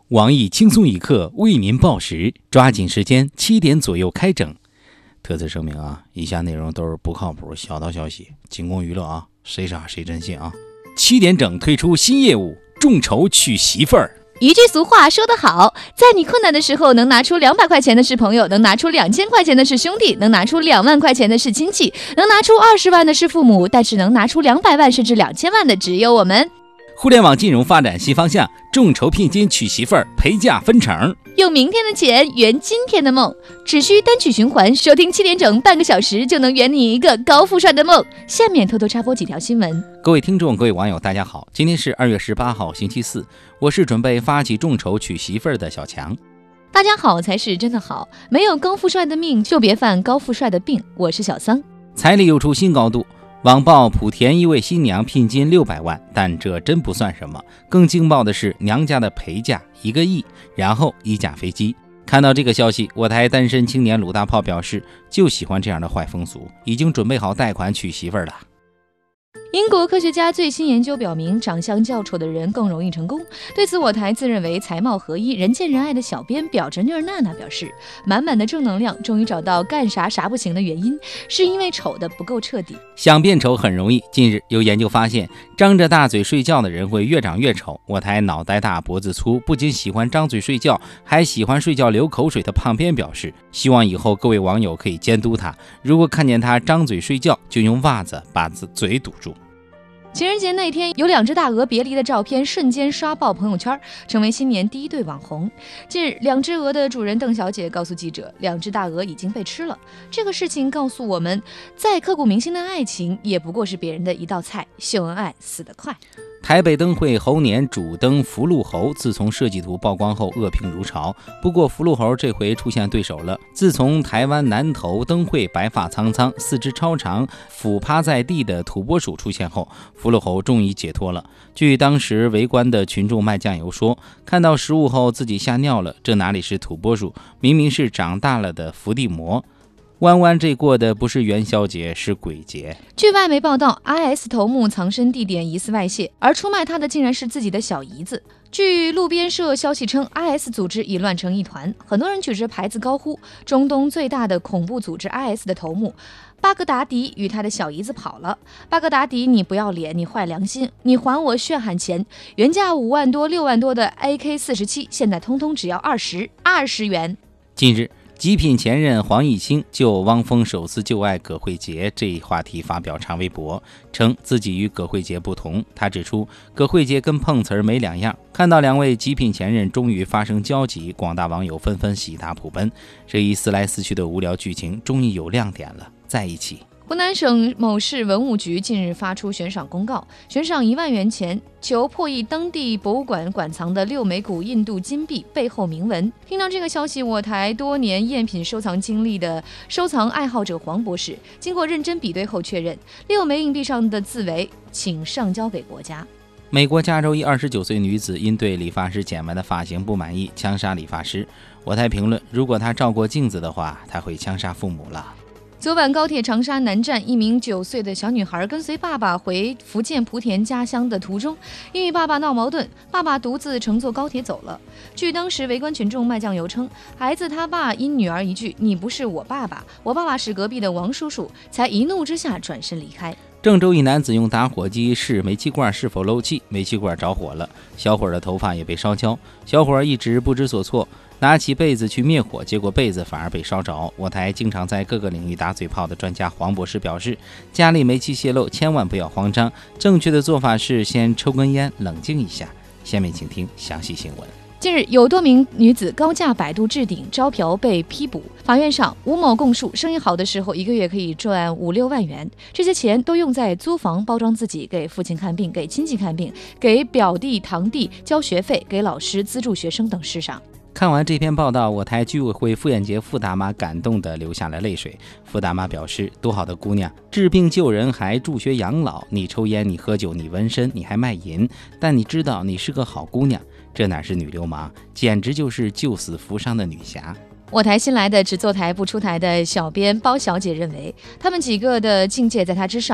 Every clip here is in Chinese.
网易轻松一刻为您报时，抓紧时间，7点左右开整。特此声明啊，以下内容都是不靠谱小道消息，仅供娱乐啊，谁傻谁真信啊。7点整推出新业务，众筹娶媳妇儿。 一句俗话说得好，在你困难的时候，能拿出200块钱的是朋友，能拿出2000块钱的是兄弟，能拿出2万块钱的是亲戚，能拿出20万的是父母，但是能拿出200万甚至2000万的只有我们。 互联网金融发展新方向，众筹聘金娶媳妇儿，陪嫁分成。 用明天的钱圆今天的梦，只需单曲循环收听7点整，半个小时就能圆你一个高富帅的梦。下面偷偷插播几条新闻。 各位听众，各位网友，大家好，今天是2月18号，星期四，我是准备发起众筹娶媳妇儿的小强。 大家好才是真的好，没有高富帅的命，就别犯高富帅的病。我是小桑。 彩礼又出新高度。网曝莆田一位新娘聘金600万，但这真不算什么，更劲爆的是娘家的陪嫁1个亿，然后1架飞机。看到这个消息，我台单身青年鲁大炮表示，就喜欢这样的坏风俗，已经准备好贷款娶媳妇儿了。 英国科学家最新研究表明，长相较丑的人更容易成功。对此，我台自认为才貌合一、人见人爱的小编表侄女娜娜表示，满满的正能量，终于找到干啥啥不行的原因，是因为丑的不够彻底。 想变丑很容易。近日有研究发现，张着大嘴睡觉的人会越长越丑。我台脑袋大脖子粗，不仅喜欢张嘴睡觉，还喜欢睡觉流口水的胖编表示，希望以后各位网友可以监督他，如果看见他张嘴睡觉，就用袜子把嘴堵住。 情人节那天，有2只大鹅别离的照片瞬间刷爆朋友圈，成为新年第一对网红。近日，2只鹅的主人邓小姐告诉记者，2只大鹅已经被吃了。这个事情告诉我们，再刻骨铭心的爱情，也不过是别人的一道菜，秀恩爱死得快。 台北灯会猴年主灯福禄猴，自从设计图曝光后恶评如潮。不过福禄猴这回出现对手了。自从台湾南投灯会白发苍苍、4肢超长、俯趴在地的土拨鼠出现后，福禄猴终于解脱了。据当时围观的群众卖酱油说，看到食物后自己吓尿了，这哪里是土拨鼠，明明是长大了的伏地魔。弯弯这过的不是元宵节，是鬼节。 据外媒报道， IS 头目藏身地点疑似外泄，而出卖他的竟然是自己的小姨子。据路边社消息称， IS 组织已乱成一团，很多人举着牌子高呼，中东最大的恐怖组织 IS 的头目巴格达迪与他的小姨子跑了。巴格达迪，你不要脸，你坏良心，你还我血汗钱！原价5万多、6万多的 AK-47，现在通通只要20元。 近日，极品前任黄毅清就汪峰首次旧爱葛慧杰这一话题发表长微博，称自己与葛慧杰不同。他指出，葛慧杰跟碰瓷儿没两样。看到2位极品前任终于发生交集，广大网友纷纷喜大普奔。这一撕来撕去的无聊剧情终于有亮点了，在一起。 湖南省某市文物局近日发出悬赏公告，悬赏1万元钱，求破译当地博物馆馆藏的6枚古印度金币背后铭文。听到这个消息，我台多年赝品收藏经历的收藏爱好者黄博士，经过认真比对后确认，6枚硬币上的字为“请上交给国家”。 美国加州一29岁女子因对理发师剪完的发型不满意，枪杀理发师。我台评论：如果她照过镜子的话，她会枪杀父母了。 昨晚高铁长沙南站，一名9岁的小女孩跟随爸爸回福建莆田家乡的途中，因与爸爸闹矛盾，爸爸独自乘坐高铁走了。据当时围观群众卖酱油称，孩子他爸因女儿一句"你不是我爸爸，我爸爸是隔壁的王叔叔"，才一怒之下转身离开。 郑州一男子用打火机试煤气罐是否漏气，煤气罐着火了，小伙的头发也被烧焦，小伙一直不知所措，拿起被子去灭火，结果被子反而被烧着。我台经常在各个领域打嘴炮的专家黄博士表示，家里煤气泄漏千万不要慌张，正确的做法是先抽根烟冷静一下。下面请听详细新闻。 近日，有多名女子高价摆渡置顶招嫖被批捕。法院上，吴某供述，生意好的时候1个月可以赚5-6万元，这些钱都用在租房、包装自己、给父亲看病、给亲戚看病、给表弟堂弟交学费、给老师资助学生等事上。 看完这篇报道，我台居委会妇炎洁傅大妈感动地流下了泪水。傅大妈表示，多好的姑娘，治病救人还助学养老，你抽烟你喝酒你纹身你还卖淫，但你知道你是个好姑娘，这哪是女流氓，简直就是救死扶伤的女侠。 我台新来的只坐台不出台的小编包小姐认为，他们几个的境界在她之上，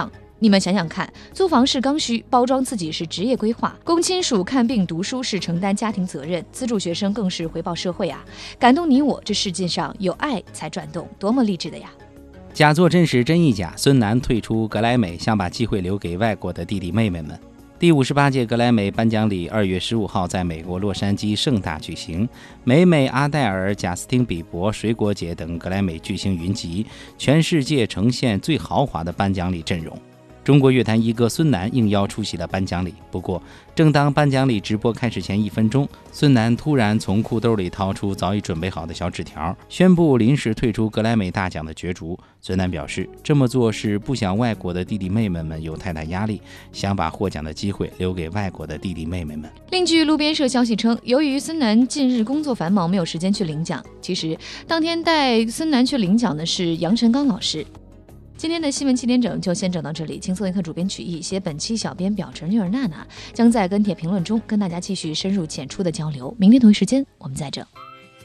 你们想想看，租房是刚需，包装自己是职业规划，供亲属看病读书是承担家庭责任，资助学生更是回报社会啊！感动你我，这世界上有爱才转动，多么励志的呀！ 假作真时真亦假，孙楠退出格莱美，想把机会留给外国的弟弟妹妹们。第58届格莱美颁奖礼2月15号在美国洛杉矶盛大举行，美美、阿黛尔、贾斯汀·比伯、水果姐等格莱美巨星云集，全世界呈现最豪华的颁奖礼阵容。中国乐坛一哥孙楠应邀出席了颁奖礼，不过正当颁奖礼直播开始前1分钟，孙楠突然从裤兜里掏出早已准备好的小纸条，宣布临时退出格莱美大奖的角逐。孙楠表示，这么做是不想外国的弟弟妹妹们有太大压力，想把获奖的机会留给外国的弟弟妹妹们。 另据路边社消息称，由于孙楠近日工作繁忙，没有时间去领奖。其实当天带孙楠去领奖的是杨晨刚老师。今天的新闻7点整就先整到这里，轻松一刻主编曲艺，写本期小编表侄女儿娜娜将在跟帖评论中跟大家继续深入浅出的交流。明天同一时间我们再整。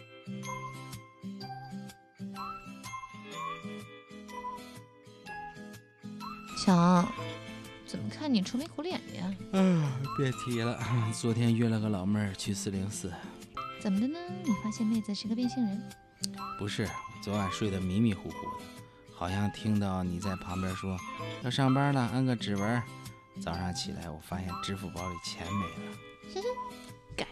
强，怎么看你愁眉苦脸的呀？ 别提了，昨天约了个老妹儿去404。 怎么的呢？你发现妹子是个变性人？ 不是，我昨晚睡得迷迷糊糊的，好像听到你在旁边说要上班了，按个指纹。早上起来我发现支付宝里钱没了。 改。